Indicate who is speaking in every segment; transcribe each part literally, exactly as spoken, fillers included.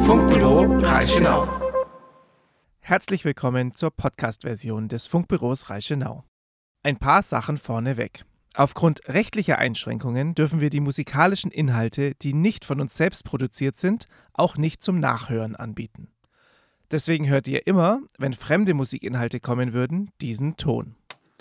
Speaker 1: Funkbüro Reichenau.
Speaker 2: Herzlich willkommen zur Podcast-Version des Funkbüros Reichenau. Ein paar Sachen vorneweg. Aufgrund rechtlicher Einschränkungen dürfen wir die musikalischen Inhalte, die nicht von uns selbst produziert sind, auch nicht zum Nachhören anbieten. Deswegen hört ihr immer, wenn fremde Musikinhalte kommen würden, diesen Ton.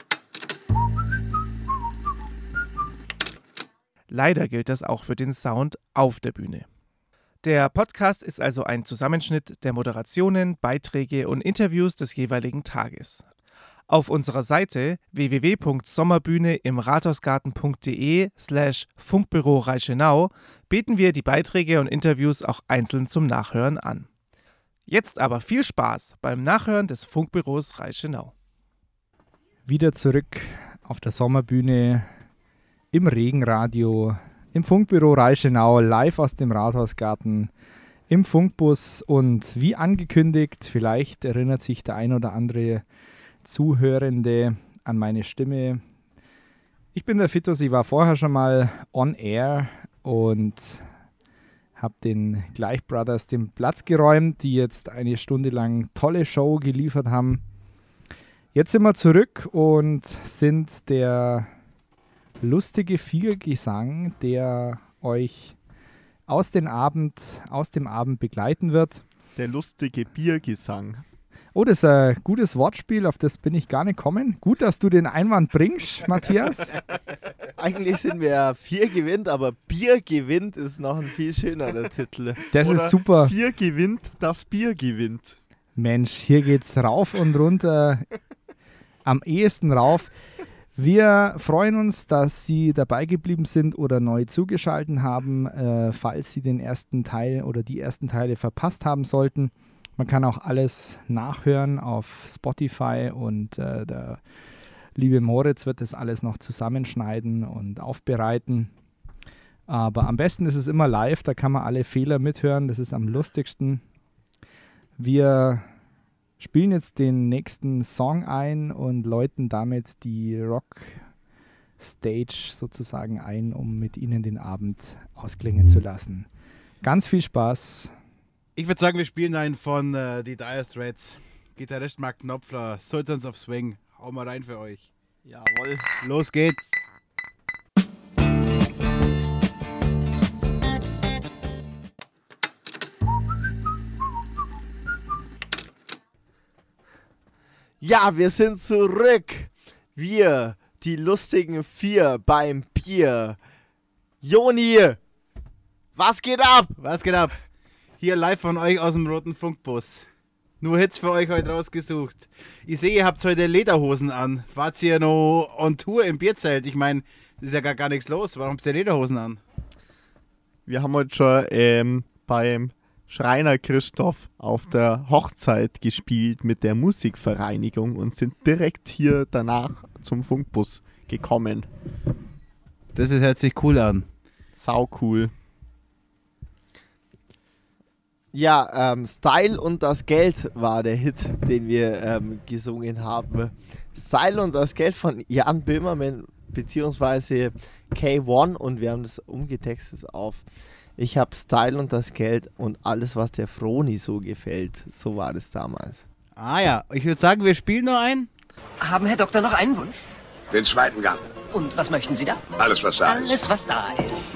Speaker 2: Leider gilt das auch für den Sound auf der Bühne. Der Podcast ist also ein Zusammenschnitt der Moderationen, Beiträge und Interviews des jeweiligen Tages. Auf unserer Seite w w w punkt sommerbühne im rathausgarten punkt de slash Funkbüro Reichenau bieten wir die Beiträge und Interviews auch einzeln zum Nachhören an. Jetzt aber viel Spaß beim Nachhören des Funkbüros Reichenau.
Speaker 3: Wieder zurück auf der Sommerbühne, im Regenradio, im Funkbüro Reichenau, live aus dem Rathausgarten, im Funkbus und wie angekündigt, vielleicht erinnert sich der ein oder andere Zuhörende an meine Stimme. Ich bin der Fitus, ich war vorher schon mal on air und habe den Gleich Brothers den Platz geräumt, die jetzt eine Stunde lang tolle Show geliefert haben. Jetzt sind wir zurück und sind der lustige Viergesang, der euch aus, den Abend, aus dem Abend begleiten wird.
Speaker 4: Der lustige Biergesang.
Speaker 3: Oh, das ist ein gutes Wortspiel, auf das bin ich gar nicht gekommen. Gut, dass du den Einwand bringst, Matthias.
Speaker 5: Eigentlich sind wir ja vier gewinnt, aber Bier gewinnt ist noch ein viel schönerer Titel.
Speaker 3: Das
Speaker 4: Oder
Speaker 3: ist super.
Speaker 4: Vier gewinnt, das Bier gewinnt.
Speaker 3: Mensch, hier geht's rauf und runter. Am ehesten rauf. Wir freuen uns, dass Sie dabei geblieben sind oder neu zugeschaltet haben, äh, falls Sie den ersten Teil oder die ersten Teile verpasst haben sollten. Man kann auch alles nachhören auf Spotify und äh, der liebe Moritz wird das alles noch zusammenschneiden und aufbereiten. Aber am besten ist es immer live, da kann man alle Fehler mithören, das ist am lustigsten. Wir spielen jetzt den nächsten Song ein und läuten damit die Rock-Stage sozusagen ein, um mit Ihnen den Abend ausklingen zu lassen. Ganz viel Spaß.
Speaker 6: Ich würde sagen, wir spielen einen von äh, die Dire Straits. Gitarrist Mark Knopfler, Sultans of Swing. Hau mal rein für euch.
Speaker 5: Jawohl.
Speaker 6: Los geht's.
Speaker 5: Ja, wir sind zurück. Wir, die lustigen vier beim Bier. Joni, was geht ab?
Speaker 6: Was geht ab? Hier live von euch aus dem roten Funkbus. Nur Hits für euch heute rausgesucht. Ich sehe, ihr habt heute Lederhosen an. Wart ihr noch on Tour im Bierzelt? Ich meine, das ist ja gar, gar nichts los. Warum habt ihr Lederhosen an?
Speaker 4: Wir haben heute schon ähm, beim Schreiner Christoph auf der Hochzeit gespielt mit der Musikvereinigung und sind direkt hier danach zum Funkbus gekommen.
Speaker 6: Das ist, hört sich cool an.
Speaker 4: Sau cool.
Speaker 5: Ja, ähm, Style und das Geld war der Hit, den wir ähm, gesungen haben. Style und das Geld von Jan Böhmermann beziehungsweise K eins und wir haben das umgetextet auf Ich hab Style und das Geld und alles, was der Froni so gefällt. So war das damals.
Speaker 6: Ah ja, ich würde sagen, wir spielen noch einen.
Speaker 7: Haben Herr Doktor noch einen Wunsch?
Speaker 8: Den zweiten Gang.
Speaker 7: Und was möchten Sie da?
Speaker 8: Alles, was da ist.
Speaker 7: Alles, was da ist.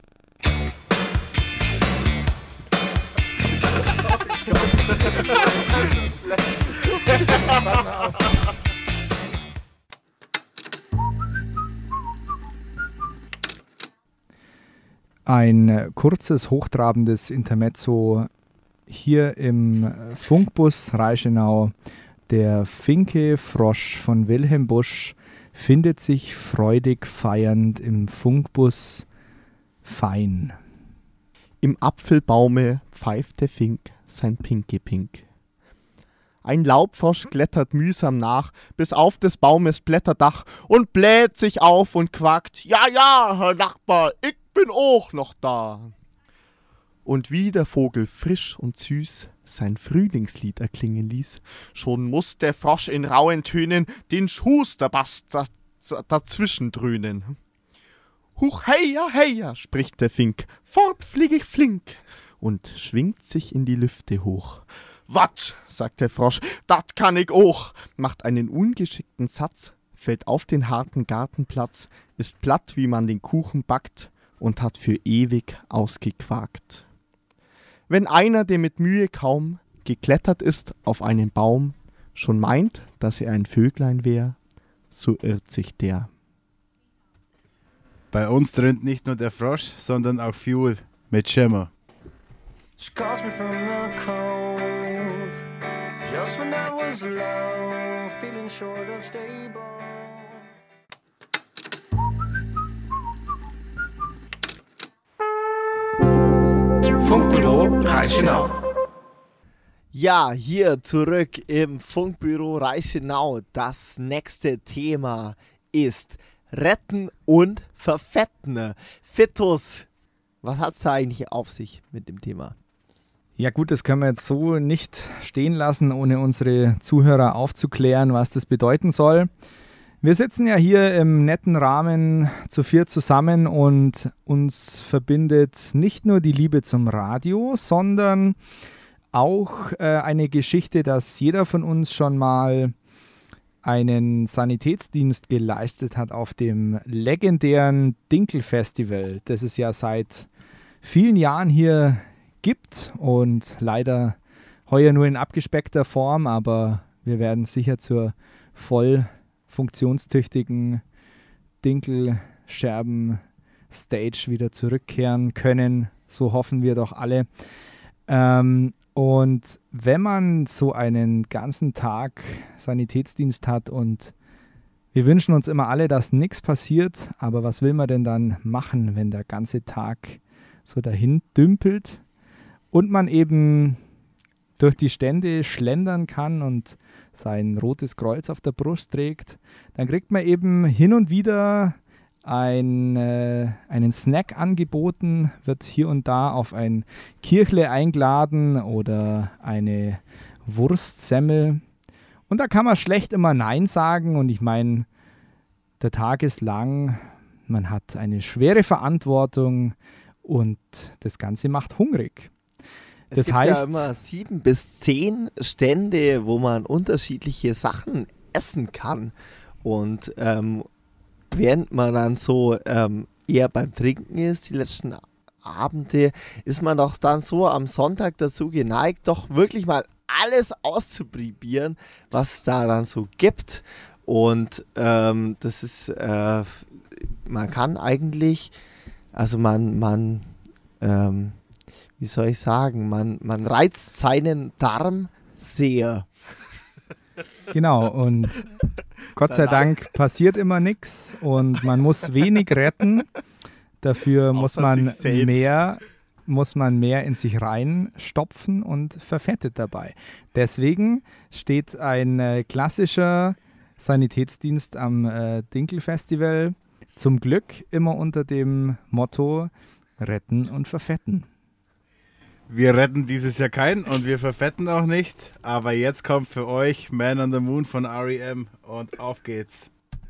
Speaker 3: Ein kurzes, hochtrabendes Intermezzo hier im Funkbus Reichenau. Der Finke-Frosch von Wilhelm Busch findet sich freudig feiernd im Funkbus fein.
Speaker 4: Im Apfelbaume pfeift der Fink sein Pinke-Pink. Ein Laubfrosch klettert mühsam nach, bis auf des Baumes Blätterdach und bläht sich auf und quackt, ja, ja, Herr Nachbar, ich bin auch noch da. Und wie der Vogel frisch und süß sein Frühlingslied erklingen ließ, schon muß der Frosch in rauen Tönen den Schusterbass da, dazwischen dröhnen. Huch, heia, heia, spricht der Fink, fort flieg ich flink. und schwingt sich in die Lüfte hoch. »Wat«, sagt der Frosch, »dat kann ich auch«, macht einen ungeschickten Satz, fällt auf den harten Gartenplatz, ist platt, wie man den Kuchen backt und hat für ewig ausgequakt. Wenn einer, der mit Mühe kaum geklettert ist auf einen Baum, schon meint, dass er ein Vöglein wär, so irrt sich der.
Speaker 6: Bei uns dröhnt nicht nur der Frosch, sondern auch Fuel mit Schimmer.
Speaker 9: She calls me from the cold, just when I was low, feeling short of stable.
Speaker 1: Funkbüro Reichenau.
Speaker 5: Ja, hier zurück im Funkbüro Reichenau. Das nächste Thema ist Retten und Verfetten. Fitus, was hat es da eigentlich auf sich mit dem Thema?
Speaker 3: Ja gut, das können wir jetzt so nicht stehen lassen, ohne unsere Zuhörer aufzuklären, was das bedeuten soll. Wir sitzen ja hier im netten Rahmen zu viert zusammen und uns verbindet nicht nur die Liebe zum Radio, sondern auch äh, eine Geschichte, dass jeder von uns schon mal einen Sanitätsdienst geleistet hat auf dem legendären Dinkel-Festival, das es ja seit vielen Jahren hier gibt und leider heuer nur in abgespeckter Form, aber wir werden sicher zur voll funktionstüchtigen Dinkel-Scherben-Stage wieder zurückkehren können. So hoffen wir doch alle. Ähm, und wenn man so einen ganzen Tag Sanitätsdienst hat und wir wünschen uns immer alle, dass nichts passiert, aber was will man denn dann machen, wenn der ganze Tag so dahin dümpelt und man eben durch die Stände schlendern kann und sein rotes Kreuz auf der Brust trägt, dann kriegt man eben hin und wieder ein, äh, einen Snack angeboten, wird hier und da auf ein Kirchle eingeladen oder eine Wurstsemmel. Und da kann man schlecht immer Nein sagen. Und ich meine, der Tag ist lang, man hat eine schwere Verantwortung und das Ganze macht hungrig.
Speaker 5: Es
Speaker 3: Das
Speaker 5: gibt
Speaker 3: heißt,
Speaker 5: ja immer sieben bis zehn Stände, wo man unterschiedliche Sachen essen kann. Und ähm, während man dann so ähm, eher beim Trinken ist, die letzten Abende, ist man doch dann so am Sonntag dazu geneigt, doch wirklich mal alles auszuprobieren, was es da dann so gibt. Und ähm, das ist, äh, man kann eigentlich, also man, man, ähm, wie soll ich sagen, man, man reizt seinen Darm sehr.
Speaker 3: Genau, und Gott sei Dank passiert immer nichts und man muss wenig retten. Dafür muss man mehr, muss man mehr in sich reinstopfen und verfettet dabei. Deswegen steht ein äh, klassischer Sanitätsdienst am äh, Dinkel-Festival zum Glück immer unter dem Motto Retten und Verfetten.
Speaker 6: Wir retten dieses Jahr keinen und wir verfetten auch nicht. Aber jetzt kommt für euch Man on the Moon von R E M und auf geht's.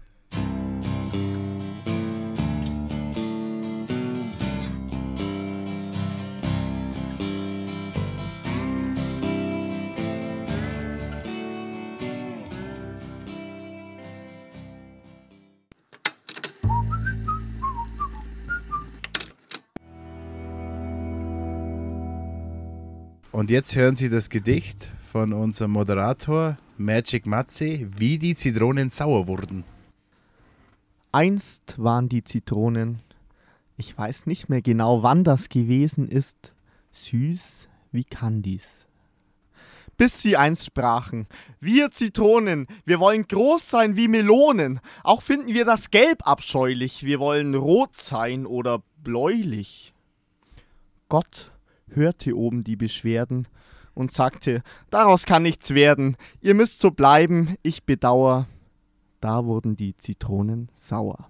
Speaker 6: Und jetzt hören Sie das Gedicht von unserem Moderator Magic Matze, wie die Zitronen sauer wurden.
Speaker 4: Einst waren die Zitronen, ich weiß nicht mehr genau, wann das gewesen ist, süß wie Kandis. Bis sie einst sprachen, wir Zitronen, wir wollen groß sein wie Melonen, auch finden wir das Gelb abscheulich, wir wollen rot sein oder bläulich. Gott hörte oben die Beschwerden und sagte, daraus kann nichts werden, ihr müsst so bleiben, ich bedauer. Da wurden die Zitronen sauer.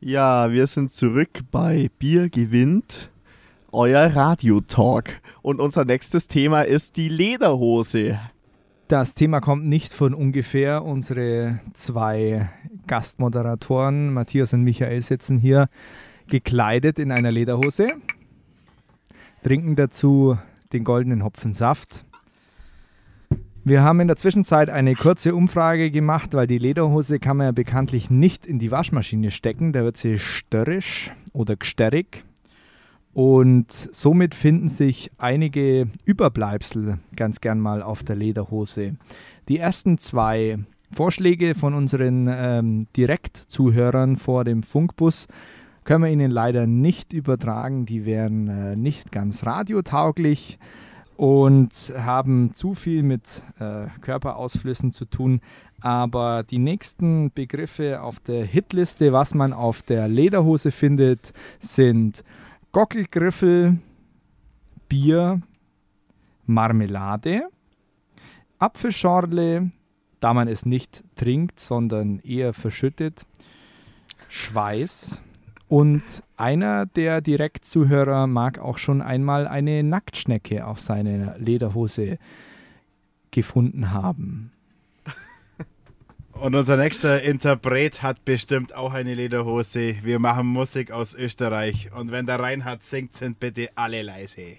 Speaker 4: Ja, wir sind zurück bei Bier gewinnt, euer Radiotalk. Und unser nächstes Thema ist die Lederhose.
Speaker 3: Das Thema kommt nicht von ungefähr. Unsere zwei Gastmoderatoren, Matthias und Michael, sitzen hier gekleidet in einer Lederhose, trinken dazu den goldenen Hopfensaft. Wir haben in der Zwischenzeit eine kurze Umfrage gemacht, weil die Lederhose kann man ja bekanntlich nicht in die Waschmaschine stecken. Da wird sie störrisch oder gstärrig. Und somit finden sich einige Überbleibsel ganz gern mal auf der Lederhose. Die ersten zwei Vorschläge von unseren ähm, Direktzuhörern vor dem Funkbus können wir Ihnen leider nicht übertragen. Die wären äh, nicht ganz radiotauglich und haben zu viel mit äh, Körperausflüssen zu tun. Aber die nächsten Begriffe auf der Hitliste, was man auf der Lederhose findet, sind Gockelgriffel, Bier, Marmelade, Apfelschorle, da man es nicht trinkt, sondern eher verschüttet, Schweiß und einer der Direktzuhörer mag auch schon einmal eine Nacktschnecke auf seiner Lederhose gefunden haben.
Speaker 6: Und unser nächster Interpret hat bestimmt auch eine Lederhose. Wir machen Musik aus Österreich. Und wenn der Reinhard singt, sind bitte alle leise.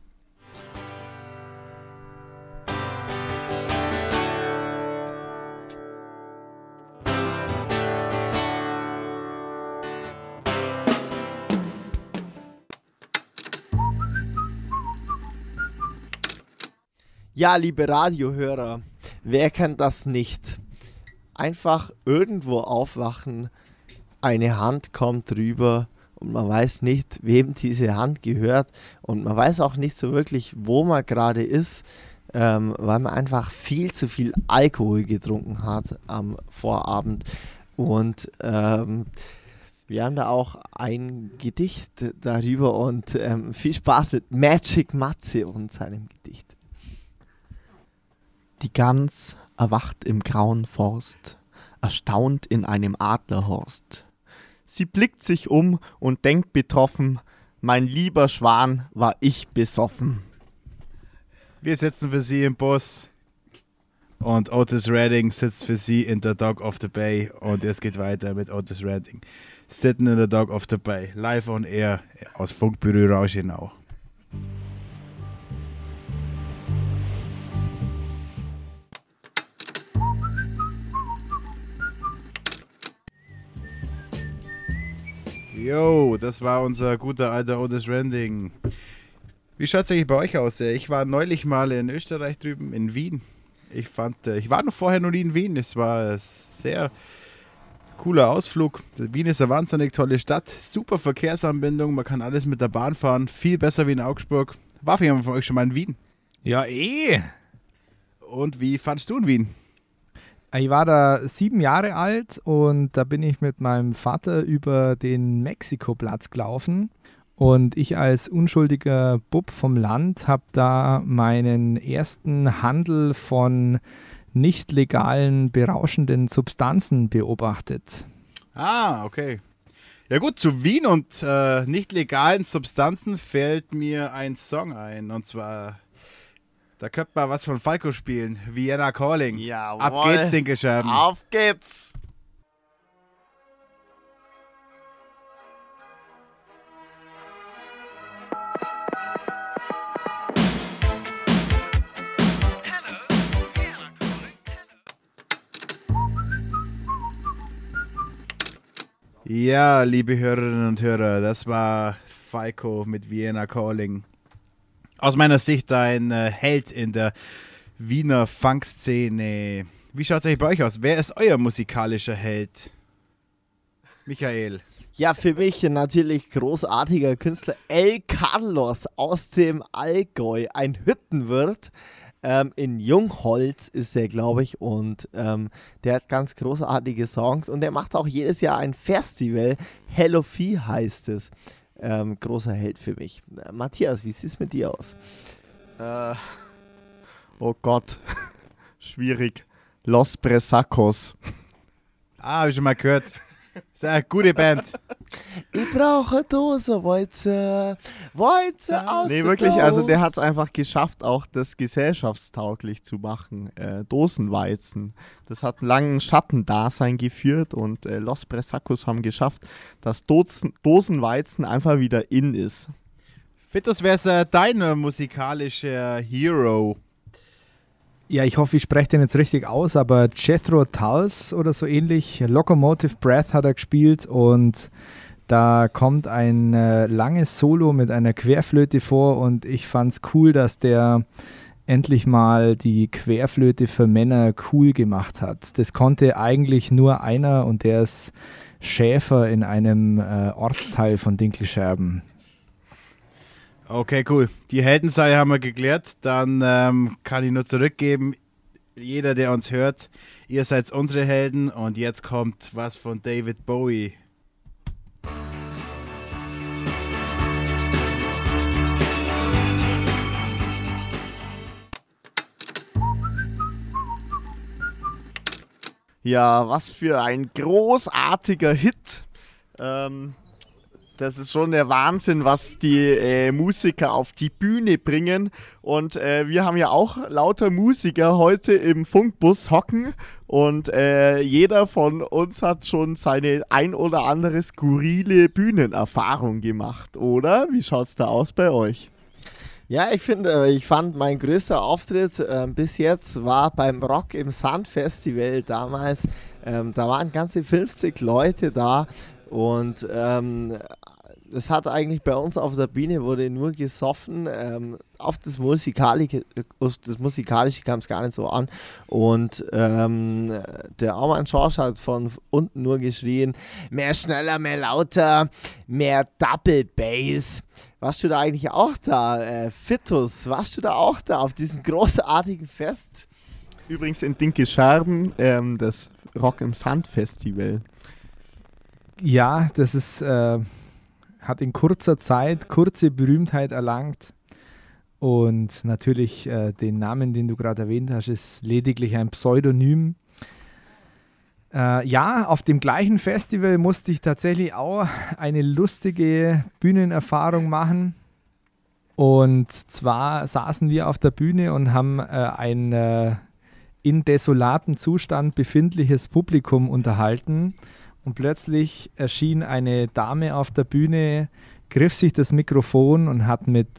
Speaker 5: Ja, liebe Radiohörer, wer kennt das nicht? Einfach irgendwo aufwachen, eine Hand kommt rüber und man weiß nicht, wem diese Hand gehört und man weiß auch nicht so wirklich, wo man gerade ist, ähm, weil man einfach viel zu viel Alkohol getrunken hat am Vorabend. Und ähm, wir haben da auch ein Gedicht darüber und ähm, viel Spaß mit Magic Matze und seinem Gedicht.
Speaker 4: Die Gans erwacht im grauen Forst, erstaunt in einem Adlerhorst. Sie blickt sich um und denkt betroffen, mein lieber Schwan, war ich besoffen.
Speaker 6: Wir sitzen für Sie im Bus und Otis Redding sitzt für Sie in der Dog of the Bay und es geht weiter mit Otis Redding. Sitting in the Dog of the Bay, live on air aus Funkbüro Rauschenau. Yo, das war unser guter alter Otis Redding. Wie schaut es eigentlich bei euch aus? Ich war neulich mal in Österreich drüben, in Wien. Ich fand, ich war noch vorher noch nie in Wien. Es war ein sehr cooler Ausflug. Wien ist eine wahnsinnig tolle Stadt. Super Verkehrsanbindung, man kann alles mit der Bahn fahren. Viel besser wie in Augsburg. War jemand von euch schon mal in Wien?
Speaker 3: Ja, eh.
Speaker 6: Und wie fandst du in Wien?
Speaker 3: Ich war da sieben Jahre alt und da bin ich mit meinem Vater über den Mexikoplatz gelaufen. Und ich als unschuldiger Bub vom Land habe da meinen ersten Handel von nicht legalen, berauschenden Substanzen beobachtet.
Speaker 6: Ah, okay. Ja gut, zu Wien und äh, nicht legalen Substanzen fällt mir ein Song ein. Und zwar, da könnte man was von Falco spielen. Vienna Calling.
Speaker 4: Jawohl.
Speaker 6: Ab geht's, Dinkelscherben.
Speaker 4: Auf geht's.
Speaker 6: Ja, liebe Hörerinnen und Hörer, das war Falco mit Vienna Calling. Aus meiner Sicht ein äh, Held in der Wiener Funkszene. Wie schaut es eigentlich bei euch aus? Wer ist euer musikalischer Held? Michael.
Speaker 5: Ja, für mich natürlich großartiger Künstler El Carlos aus dem Allgäu, ein Hüttenwirt. Ähm, in Jungholz ist er, glaube ich, und ähm, der hat ganz großartige Songs und der macht auch jedes Jahr ein Festival. Hello Vieh heißt es. Ähm, großer Held für mich. Äh, Matthias, wie sieht es mit dir aus?
Speaker 4: Äh, oh Gott, schwierig. Los Bresacos.
Speaker 6: Ah, habe ich schon mal gehört. ist eine gute Band.
Speaker 5: Ich brauche eine Dose Weizen, Weizen aus
Speaker 4: Nee,
Speaker 5: der
Speaker 4: wirklich,
Speaker 5: Dose.
Speaker 4: also der hat es einfach geschafft, auch das gesellschaftstauglich zu machen. Äh, Dosenweizen. Das hat einen langen Schattendasein geführt und äh, Los Bresacos haben geschafft, dass Dosen, Dosenweizen einfach wieder in ist.
Speaker 6: Fitus, wer ist äh, dein äh, musikalischer Hero?
Speaker 3: Ja, ich hoffe, ich spreche den jetzt richtig aus, aber Jethro Tulls oder so ähnlich, Locomotive Breath hat er gespielt und da kommt ein äh, langes Solo mit einer Querflöte vor und ich fand's cool, dass der endlich mal die Querflöte für Männer cool gemacht hat. Das konnte eigentlich nur einer und der ist Schäfer in einem äh, Ortsteil von Dinkelscherben.
Speaker 6: Okay, cool. Die Heldenseite haben wir geklärt. Dann ähm, kann ich nur zurückgeben, jeder, der uns hört, ihr seid unsere Helden und jetzt kommt was von David Bowie.
Speaker 4: Ja, was für ein großartiger Hit. Ähm, das ist schon der Wahnsinn, was die äh, Musiker auf die Bühne bringen. Und äh, wir haben ja auch lauter Musiker heute im Funkbus hocken. Und äh, jeder von uns hat schon seine ein oder andere skurrile Bühnenerfahrung gemacht, oder? Wie schaut's da aus bei euch?
Speaker 5: Ja, ich finde, ich fand, mein größter Auftritt äh, bis jetzt war beim Rock im Sand Festival damals. Ähm, da waren ganze fünfzig Leute da und ähm, das hat eigentlich bei uns auf der Bühne wurde nur gesoffen. Ähm, auf das Musikalische, auf das Musikalische kam es gar nicht so an. Und ähm, der Armin Schorsch hat von unten nur geschrien, mehr schneller, mehr lauter, mehr Double Bass. Warst du da eigentlich auch da? Äh, Fitus, warst du da auch da auf diesem großartigen Fest?
Speaker 4: Übrigens in Dinkelscherben, ähm, das Rock im Sand Festival.
Speaker 3: Ja, das ist, äh, hat in kurzer Zeit kurze Berühmtheit erlangt und natürlich äh, den Namen, den du gerade erwähnt hast, ist lediglich ein Pseudonym. Äh, ja, auf dem gleichen Festival musste ich tatsächlich auch eine lustige Bühnenerfahrung machen. Und zwar saßen wir auf der Bühne und haben äh, ein äh, in desolaten Zustand befindliches Publikum unterhalten. Und plötzlich erschien eine Dame auf der Bühne, griff sich das Mikrofon und hat mit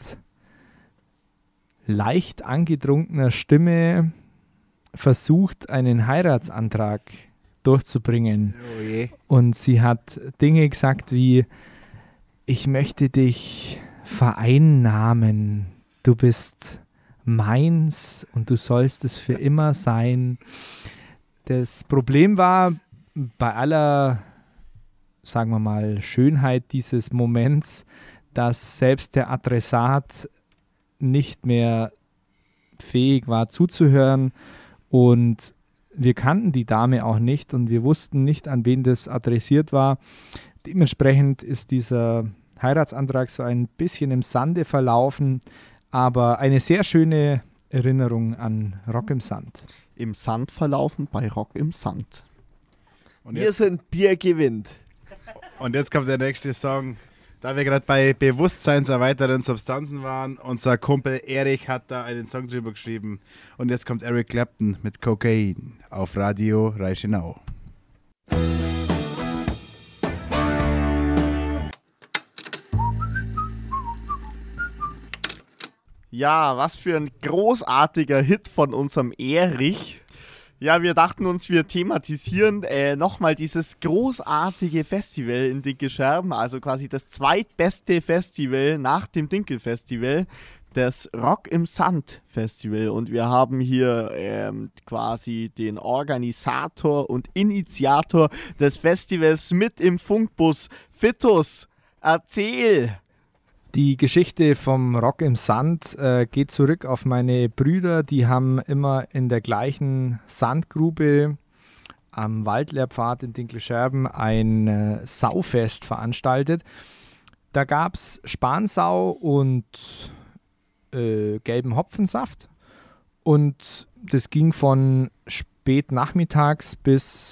Speaker 3: leicht angetrunkener Stimme versucht, einen Heiratsantrag durchzubringen.
Speaker 6: Oh je.
Speaker 3: Und sie hat Dinge gesagt wie, ich möchte dich vereinnahmen, du bist meins und du sollst es für immer sein. Das Problem war, bei aller, sagen wir mal, Schönheit dieses Moments, dass selbst der Adressat nicht mehr fähig war zuzuhören und wir kannten die Dame auch nicht und wir wussten nicht, an wen das adressiert war. Dementsprechend ist dieser Heiratsantrag so ein bisschen im Sande verlaufen, aber eine sehr schöne Erinnerung an Rock im Sand.
Speaker 4: Im Sand verlaufen bei Rock im Sand.
Speaker 6: Und
Speaker 5: Wir
Speaker 6: jetzt,
Speaker 5: sind Bier gewinnt.
Speaker 6: und jetzt kommt der nächste Song. Da wir gerade bei bewusstseinserweiternden Substanzen waren, unser Kumpel Erich hat da einen Song drüber geschrieben. Und jetzt kommt Eric Clapton mit Cocaine auf Radio Reichenau.
Speaker 4: Ja, was für ein großartiger Hit von unserem Erich. Ja, wir dachten uns, wir thematisieren äh, nochmal dieses großartige Festival in Dinkelscherben, also quasi das zweitbeste Festival nach dem Dinkel-Festival, das Rock im Sand Festival. Und wir haben hier ähm, quasi den Organisator und Initiator des Festivals mit im Funkbus. Fitus, erzähl!
Speaker 3: Die Geschichte vom Rock im Sand äh, geht zurück auf meine Brüder, die haben immer in der gleichen Sandgrube am Waldlehrpfad in Dinkelscherben ein äh, Saufest veranstaltet. Da gab es Spansau und äh, gelben Hopfensaft und das ging von spät nachmittags bis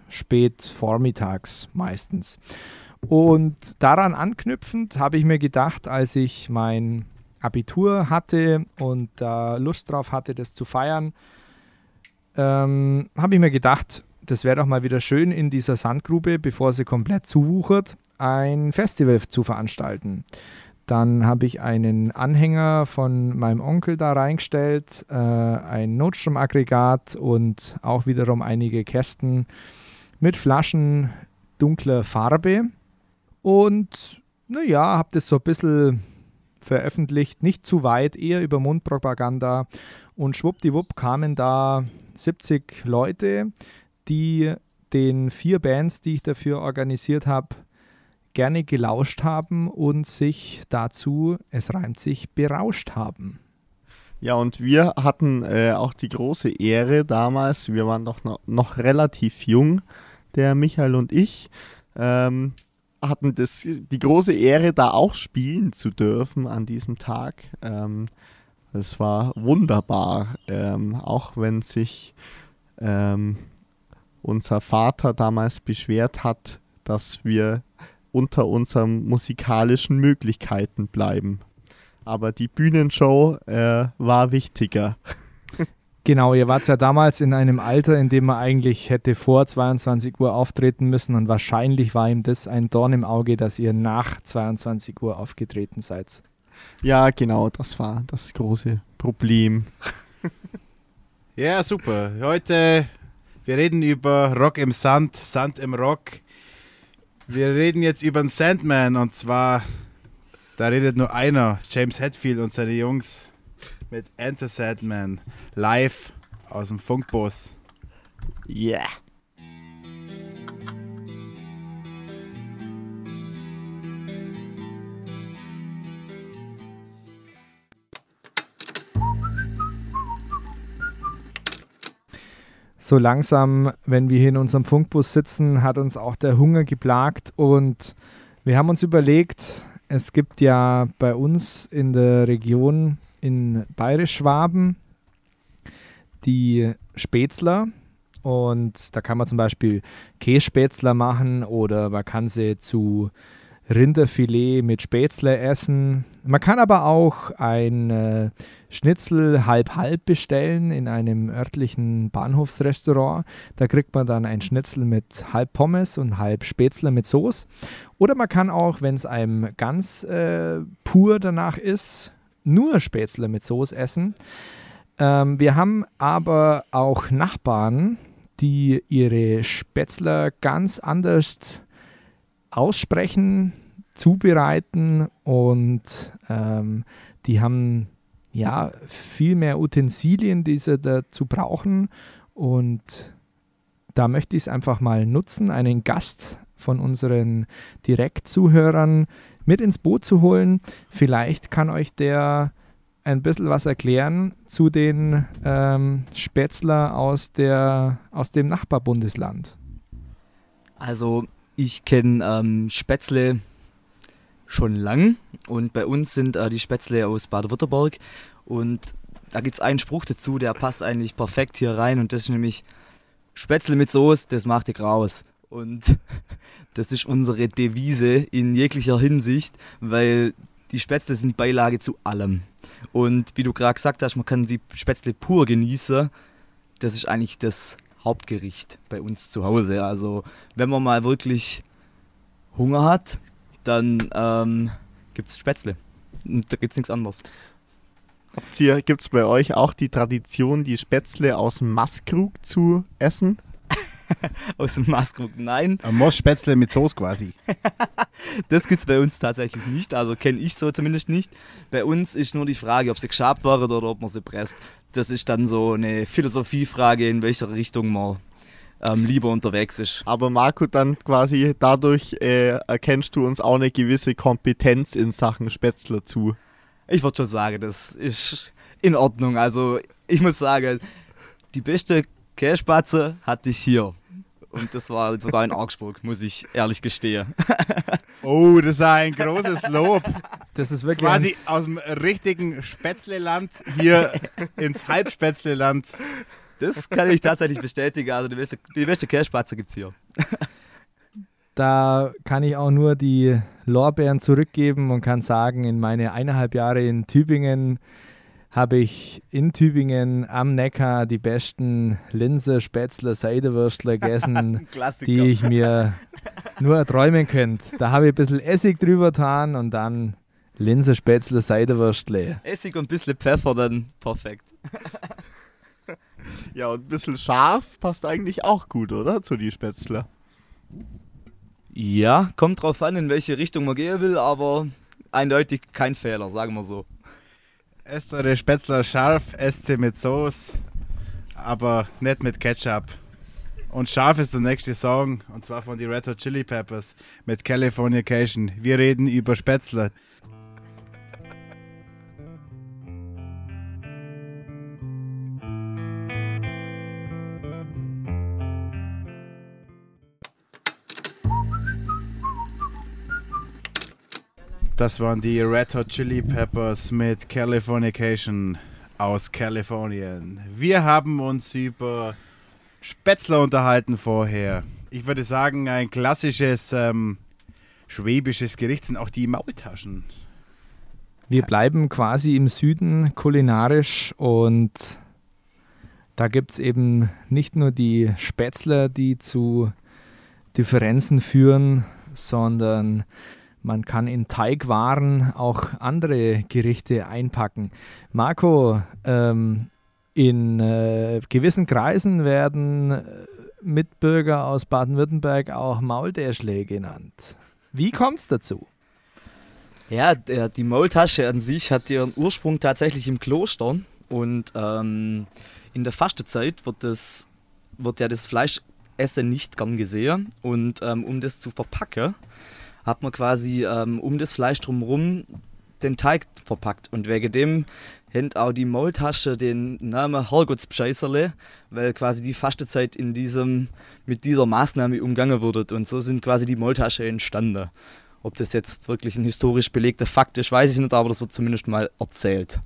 Speaker 3: spät vormittags meistens. Und daran anknüpfend habe ich mir gedacht, als ich mein Abitur hatte und da äh, Lust drauf hatte, das zu feiern, ähm, habe ich mir gedacht, das wäre doch mal wieder schön, in dieser Sandgrube, bevor sie komplett zuwuchert, ein Festival zu veranstalten. Dann habe ich einen Anhänger von meinem Onkel da reingestellt, äh, ein Notstromaggregat und auch wiederum einige Kästen mit Flaschen dunkler Farbe. Und naja, habe das so ein bisschen veröffentlicht, nicht zu weit, eher über Mundpropaganda. Und schwuppdiwupp kamen da siebzig Leute, die den vier Bands, die ich dafür organisiert habe, gerne gelauscht haben und sich dazu, es reimt sich, berauscht haben.
Speaker 4: Ja, und wir hatten äh, auch die große Ehre damals, wir waren doch noch, noch relativ jung, der Michael und ich, ähm, hatten das, die große Ehre, da auch spielen zu dürfen an diesem Tag. Ähm, es war wunderbar, ähm, auch wenn sich ähm, unser Vater damals beschwert hat, dass wir unter unseren musikalischen Möglichkeiten bleiben. Aber die Bühnenshow äh, war wichtiger.
Speaker 3: Genau, ihr wart ja damals in einem Alter, in dem man eigentlich hätte vor zweiundzwanzig Uhr auftreten müssen und wahrscheinlich war ihm das ein Dorn im Auge, dass ihr nach zweiundzwanzig Uhr aufgetreten seid.
Speaker 4: Ja, genau, das war das große Problem.
Speaker 6: Ja, super. Heute, wir reden über Rock im Sand, Sand im Rock. Wir reden jetzt über den Sandman und zwar, da redet nur einer, James Hetfield und seine Jungs mit Enter Sandman live aus dem Funkbus.
Speaker 4: Yeah.
Speaker 3: So langsam, wenn wir hier in unserem Funkbus sitzen, hat uns auch der Hunger geplagt und wir haben uns überlegt, es gibt ja bei uns in der Region in Bayerisch-Schwaben die Spätzler und da kann man zum Beispiel Kässpätzler machen oder man kann sie zu Rinderfilet mit Spätzle essen. Man kann aber auch ein äh, Schnitzel halb-halb bestellen in einem örtlichen Bahnhofsrestaurant. Da kriegt man dann ein Schnitzel mit halb Pommes und halb Spätzle mit Soße. Oder man kann auch, wenn es einem ganz äh, pur danach ist, nur Spätzle mit Soße essen. Ähm, wir haben aber auch Nachbarn, die ihre Spätzler ganz anders aussprechen, zubereiten und ähm, die haben ja viel mehr Utensilien, die sie dazu brauchen und da möchte ich es einfach mal nutzen, einen Gast von unseren Direktzuhörern mit ins Boot zu holen. Vielleicht kann euch der ein bisschen was erklären zu den ähm, Spätzler aus, der, aus dem Nachbarbundesland.
Speaker 10: Also ich kenne ähm, Spätzle schon lang und bei uns sind äh, die Spätzle aus Baden-Württemberg und da gibt es einen Spruch dazu, der passt eigentlich perfekt hier rein und das ist nämlich Spätzle mit Soße, das macht ihr graus. Und das ist unsere Devise in jeglicher Hinsicht, weil die Spätzle sind Beilage zu allem. Und wie du gerade gesagt hast, man kann die Spätzle pur genießen, das ist eigentlich das Hauptgericht bei uns zu Hause. Also wenn man mal wirklich Hunger hat, dann ähm, gibt es Spätzle. Und da gibt es nichts anderes.
Speaker 4: Gibt es bei euch auch die Tradition, die Spätzle aus dem Maßkrug zu essen?
Speaker 10: Aus dem Maßkrug, nein.
Speaker 6: Ein Mosspätzle mit Soße quasi.
Speaker 10: Das gibt es bei uns tatsächlich nicht, also kenne ich so zumindest nicht. Bei uns ist nur die Frage, ob sie geschabt werden oder ob man sie presst. Das ist dann so eine Philosophiefrage, in welcher Richtung man ähm, lieber unterwegs ist.
Speaker 4: Aber Marco, dann quasi dadurch äh, erkennst du uns auch eine gewisse Kompetenz in Sachen Spätzler zu.
Speaker 10: Ich würde schon sagen, das ist in Ordnung. Also ich muss sagen, die beste Käsespatze hatte ich hier. Und das war sogar in Augsburg, muss ich ehrlich gestehen.
Speaker 6: Oh, das war ein großes Lob.
Speaker 3: Das ist wirklich
Speaker 6: quasi aus dem richtigen Spätzleland hier ins Halbspätzleland
Speaker 10: Das kann ich tatsächlich bestätigen. Also die beste, die beste Käsespatze gibt es hier.
Speaker 3: Da kann ich auch nur die Lorbeeren zurückgeben und kann sagen, in meine eineinhalb Jahre in Tübingen habe ich in Tübingen am Neckar die besten Linse, Spätzle, Seidewürstler gegessen, die ich mir nur erträumen könnte. Da habe ich ein bisschen Essig drüber getan und dann Linse, Spätzle, Seidewürstle.
Speaker 10: Essig und ein bisschen Pfeffer, dann perfekt.
Speaker 4: Ja, und ein bisschen scharf passt eigentlich auch gut, oder? Zu die Spätzle.
Speaker 10: Ja, kommt drauf an, in welche Richtung man gehen will, aber eindeutig kein Fehler, sagen wir so.
Speaker 6: Esst eure Spätzler scharf, esst sie mit Soße, aber nicht mit Ketchup. Und scharf ist der nächste Song, und zwar von die Red Hot Chili Peppers mit Californication. Wir reden über Spätzle. Das waren die Red Hot Chili Peppers mit Californication aus Kalifornien. Wir haben uns über Spätzle unterhalten vorher. Ich würde sagen, ein klassisches ähm, schwäbisches Gericht sind auch die Maultaschen.
Speaker 3: Wir bleiben quasi im Süden kulinarisch und da gibt es eben nicht nur die Spätzle, die zu Differenzen führen, sondern man kann in Teigwaren auch andere Gerichte einpacken. Marco, ähm, in äh, gewissen Kreisen werden Mitbürger aus Baden-Württemberg auch Maultäschle genannt. Wie kommt es dazu?
Speaker 10: Ja, der, die Maultasche an sich hat ihren Ursprung tatsächlich im Kloster und ähm, in der Fastenzeit wird, das, wird ja das Fleischessen nicht gern gesehen und ähm, um das zu verpacken, hat man quasi ähm, um das Fleisch drumherum den Teig verpackt. Und wegen dem hat auch die Maultasche den Namen Herrgottsbscheißerle, weil quasi die Fastenzeit in diesem, mit dieser Maßnahme umgangen wurde. Und so sind quasi die Maultasche entstanden. Ob das jetzt wirklich ein historisch belegter Fakt ist, weiß ich nicht, aber das wird zumindest mal erzählt.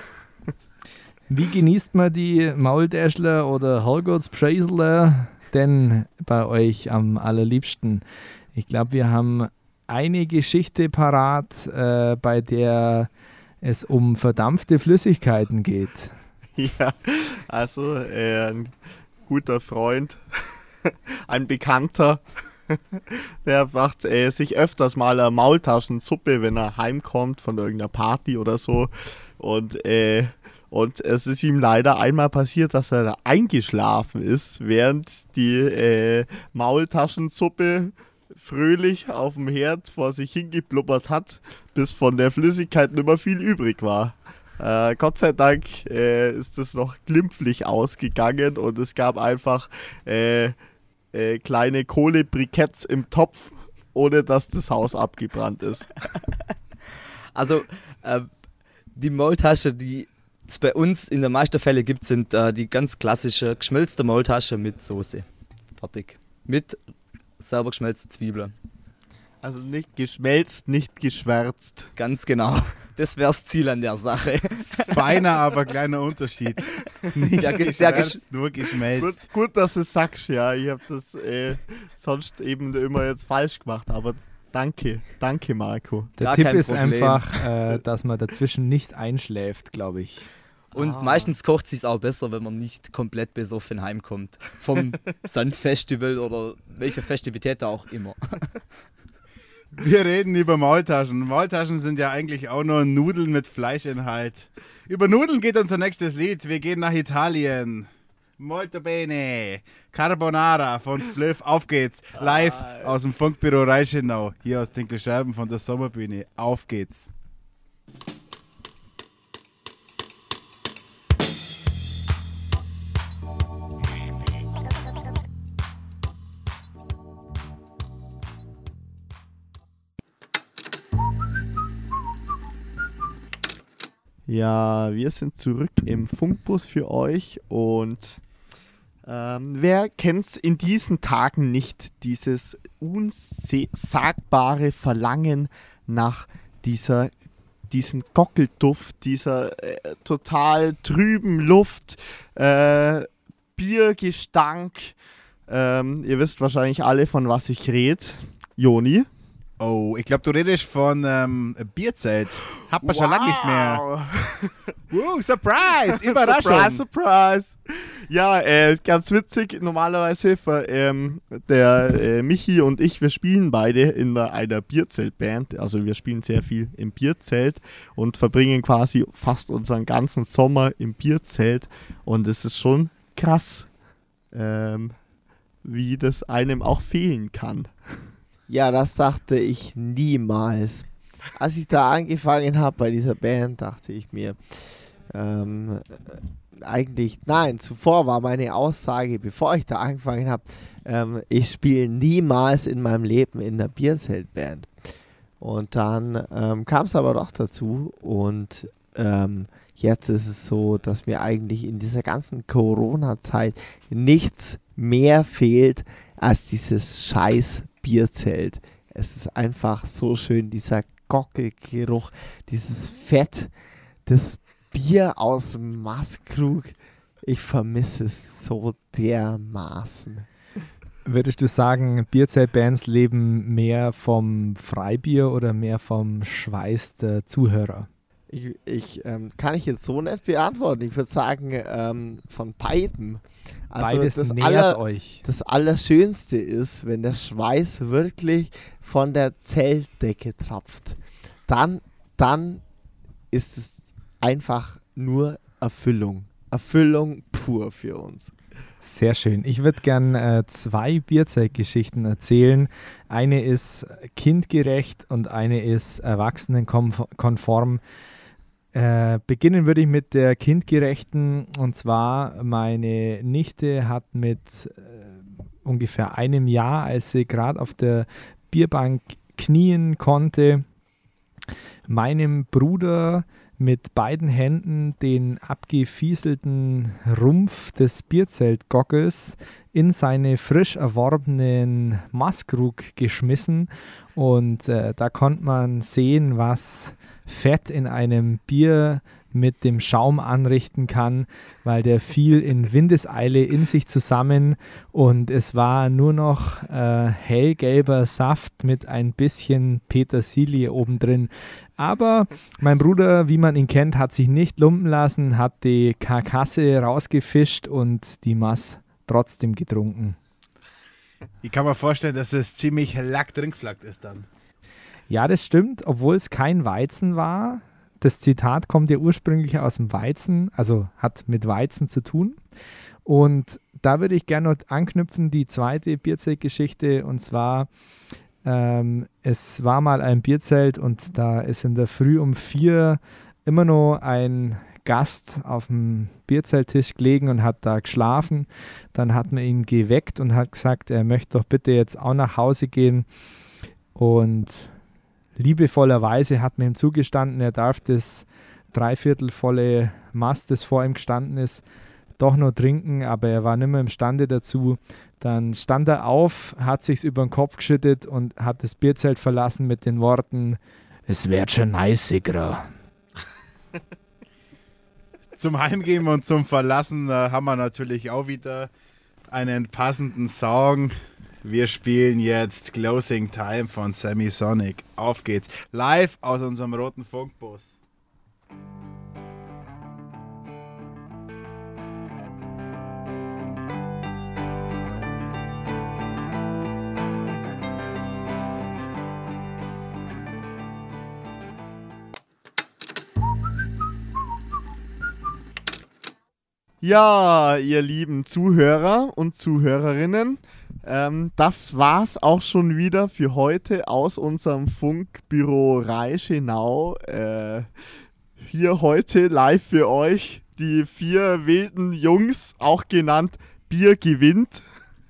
Speaker 3: Wie genießt man die Maultäschle oder Herrgottsbscheißerle denn bei euch am allerliebsten? Ich glaube, wir haben eine Geschichte parat, äh, bei der es um verdampfte Flüssigkeiten geht.
Speaker 4: Ja, also äh, ein guter Freund, ein Bekannter, der macht äh, sich öfters mal eine Maultaschensuppe, wenn er heimkommt von irgendeiner Party oder so. Und, äh, und es ist ihm leider einmal passiert, dass er eingeschlafen ist, während die äh, Maultaschensuppe fröhlich auf dem Herd vor sich hingeblubbert hat, bis von der Flüssigkeit nicht mehr viel übrig war. Äh, Gott sei Dank äh, ist es noch glimpflich ausgegangen und es gab einfach äh, äh, kleine Kohlebriketts im Topf, ohne dass das Haus abgebrannt ist.
Speaker 10: Also äh, die Maultasche, die es bei uns in den meisten Fällen gibt, sind äh, die ganz klassische geschmelzte Maultasche mit Soße. Fertig. Mit selber geschmelzte Zwiebeln.
Speaker 4: Also nicht geschmelzt, nicht geschwärzt.
Speaker 10: Ganz genau. Das wäre das Ziel an der Sache.
Speaker 6: Feiner, aber kleiner Unterschied. Nicht
Speaker 10: Der,
Speaker 6: geschwärzt,
Speaker 10: der gesch-
Speaker 6: nur geschmelzt.
Speaker 4: Gut, gut, dass du es sagst, ja. Ich habe das äh, sonst eben immer jetzt falsch gemacht, aber danke, danke Marco.
Speaker 3: Der
Speaker 10: Gar
Speaker 3: Tipp
Speaker 10: kein
Speaker 3: ist
Speaker 10: Problem.
Speaker 3: einfach, äh, dass man dazwischen nicht einschläft, glaube ich.
Speaker 10: Und
Speaker 4: Ah.
Speaker 10: meistens kocht es sich auch besser, wenn man nicht komplett besoffen heimkommt. Vom Sandfestival oder welche Festivität auch immer.
Speaker 6: Wir reden über Maultaschen. Maultaschen sind ja eigentlich auch nur Nudeln mit Fleischinhalt. Über Nudeln geht unser nächstes Lied. Wir gehen nach Italien. Molto bene. Carbonara von Spliff. Auf geht's. Live aus dem Funkbüro Reichenau. Hier aus Dinkelscheiben von der Sommerbühne. Auf geht's.
Speaker 4: Ja, wir sind zurück im Funkbus für euch und ähm, wer kennt's in diesen Tagen nicht, dieses unsagbare Verlangen nach dieser, diesem Gockelduft, dieser äh, total trüben Luft, äh, Biergestank. Ähm, ihr wisst wahrscheinlich alle, von was ich rede. Joni?
Speaker 6: Oh, ich glaube, du redest von ähm, Bierzelt. Hat man wow. schon lange nicht mehr. Wow, Surprise! Überraschung!
Speaker 4: Surprise, surprise! Ja, äh, ganz witzig. Normalerweise ähm, der äh, Michi und ich, wir spielen beide in einer Bierzeltband. Also wir spielen sehr viel im Bierzelt und verbringen quasi fast unseren ganzen Sommer im Bierzelt. Und es ist schon krass, ähm, wie das einem auch fehlen kann.
Speaker 5: Ja, das dachte ich niemals. Als ich da angefangen habe bei dieser Band, dachte ich mir, ähm, eigentlich, nein, zuvor war meine Aussage, bevor ich da angefangen habe, ähm, ich spiele niemals in meinem Leben in einer Bierzeltband. Und dann ähm, kam es aber doch dazu und ähm, jetzt ist es so, dass mir eigentlich in dieser ganzen Corona-Zeit nichts mehr fehlt als dieses scheiß Bierzelt. Es ist einfach so schön, dieser Gockelgeruch, dieses Fett, das Bier aus dem Maßkrug. Ich vermisse es so dermaßen.
Speaker 3: Würdest du sagen, Bierzeltbands leben mehr vom Freibier oder mehr vom Schweiß der Zuhörer?
Speaker 5: Ich, ich ähm, kann ich jetzt so nicht beantworten. Ich würde sagen, ähm, von beiden. Also
Speaker 3: Beides
Speaker 5: das
Speaker 3: nährt
Speaker 5: aller,
Speaker 3: euch.
Speaker 5: Das Allerschönste ist, wenn der Schweiß wirklich von der Zeltdecke tropft. Dann, dann ist es einfach nur Erfüllung. Erfüllung pur für uns.
Speaker 3: Sehr schön. Ich würde gerne äh, zwei Bierzeltgeschichten erzählen. Eine ist kindgerecht und eine ist erwachsenenkonform. Äh, beginnen würde ich mit der kindgerechten, und zwar meine Nichte hat mit äh, ungefähr einem Jahr, als sie gerade auf der Bierbank knien konnte, meinem Bruder mit beiden Händen den abgefieselten Rumpf des Bierzeltgockels in seine frisch erworbenen Maßkrug geschmissen und äh, da konnte man sehen, was Fett in einem Bier mit dem Schaum anrichten kann, weil der fiel in Windeseile in sich zusammen und es war nur noch äh, hellgelber Saft mit ein bisschen Petersilie obendrin. Aber mein Bruder, wie man ihn kennt, hat sich nicht lumpen lassen, hat die Karkasse rausgefischt und die Maß trotzdem getrunken.
Speaker 6: Ich kann mir vorstellen, dass es ziemlich lack drin geflackt ist dann.
Speaker 3: Ja, das stimmt, obwohl es kein Weizen war. Das Zitat kommt ja ursprünglich aus dem Weizen, also hat mit Weizen zu tun. Und da würde ich gerne noch anknüpfen, die zweite Bierzeltgeschichte, und zwar, ähm, es war mal ein Bierzelt und da ist in der Früh um vier immer noch ein Gast auf dem Bierzelttisch gelegen und hat da geschlafen. Dann hat man ihn geweckt und hat gesagt, er möchte doch bitte jetzt auch nach Hause gehen. Und liebevollerweise hat man ihm zugestanden, er darf das dreiviertelvolle Maß, das vor ihm gestanden ist, doch noch trinken, aber er war nicht mehr imstande dazu. Dann stand er auf, hat sich's über den Kopf geschüttet und hat das Bierzelt verlassen mit den Worten, es wird schon nicer.
Speaker 6: Zum Heimgehen und zum Verlassen äh, haben wir natürlich auch wieder einen passenden Song. Wir spielen jetzt Closing Time von Semisonic. Auf geht's. Live aus unserem roten Funkbus.
Speaker 4: Ja, ihr lieben Zuhörer und Zuhörerinnen, ähm, das war's auch schon wieder für heute aus unserem Funkbüro Reichenau. Äh, hier heute live für euch die vier wilden Jungs, auch genannt Bier gewinnt.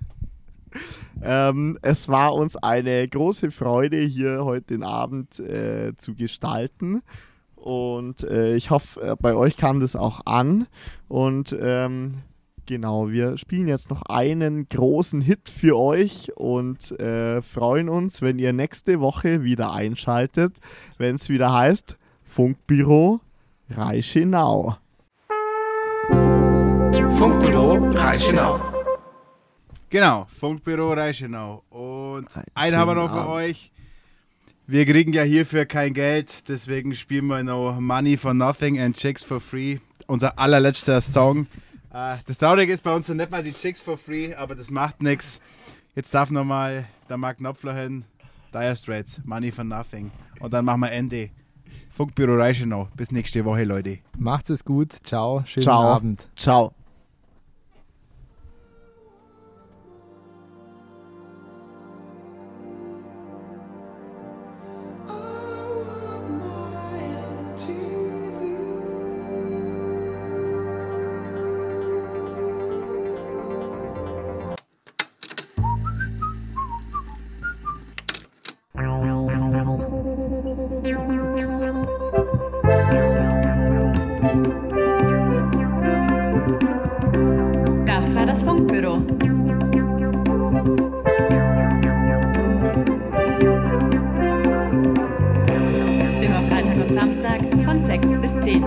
Speaker 4: ähm, es war uns eine große Freude, hier heute den Abend äh, zu gestalten. Und äh, ich hoffe, äh, bei euch kam das auch an. Und ähm, genau, wir spielen jetzt noch einen großen Hit für euch und äh, freuen uns, wenn ihr nächste Woche wieder einschaltet, wenn es wieder heißt Funkbüro Reichenau.
Speaker 1: Funkbüro Reichenau.
Speaker 6: Genau, Funkbüro Reichenau. Und einen haben wir noch für
Speaker 5: Abend.
Speaker 6: euch. Wir kriegen ja hierfür kein Geld, deswegen spielen wir noch Money for Nothing and Chicks for Free. Unser allerletzter Song. Äh, das Traurige ist bei uns nicht mal die Chicks for Free, aber das macht nichts. Jetzt darf nochmal der Mark Knopfler hin. Dire Straits, Money for Nothing. Und dann machen wir Ende. Funkbüro Reichenau. Bis nächste Woche, Leute.
Speaker 3: Macht's es gut. Ciao. Schönen
Speaker 5: Ciao.
Speaker 3: Abend.
Speaker 5: Ciao.
Speaker 11: Das war das Funkbüro. Immer Freitag und Samstag von sechs bis zehn.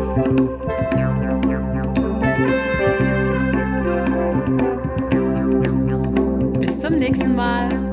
Speaker 11: Bis zum nächsten Mal.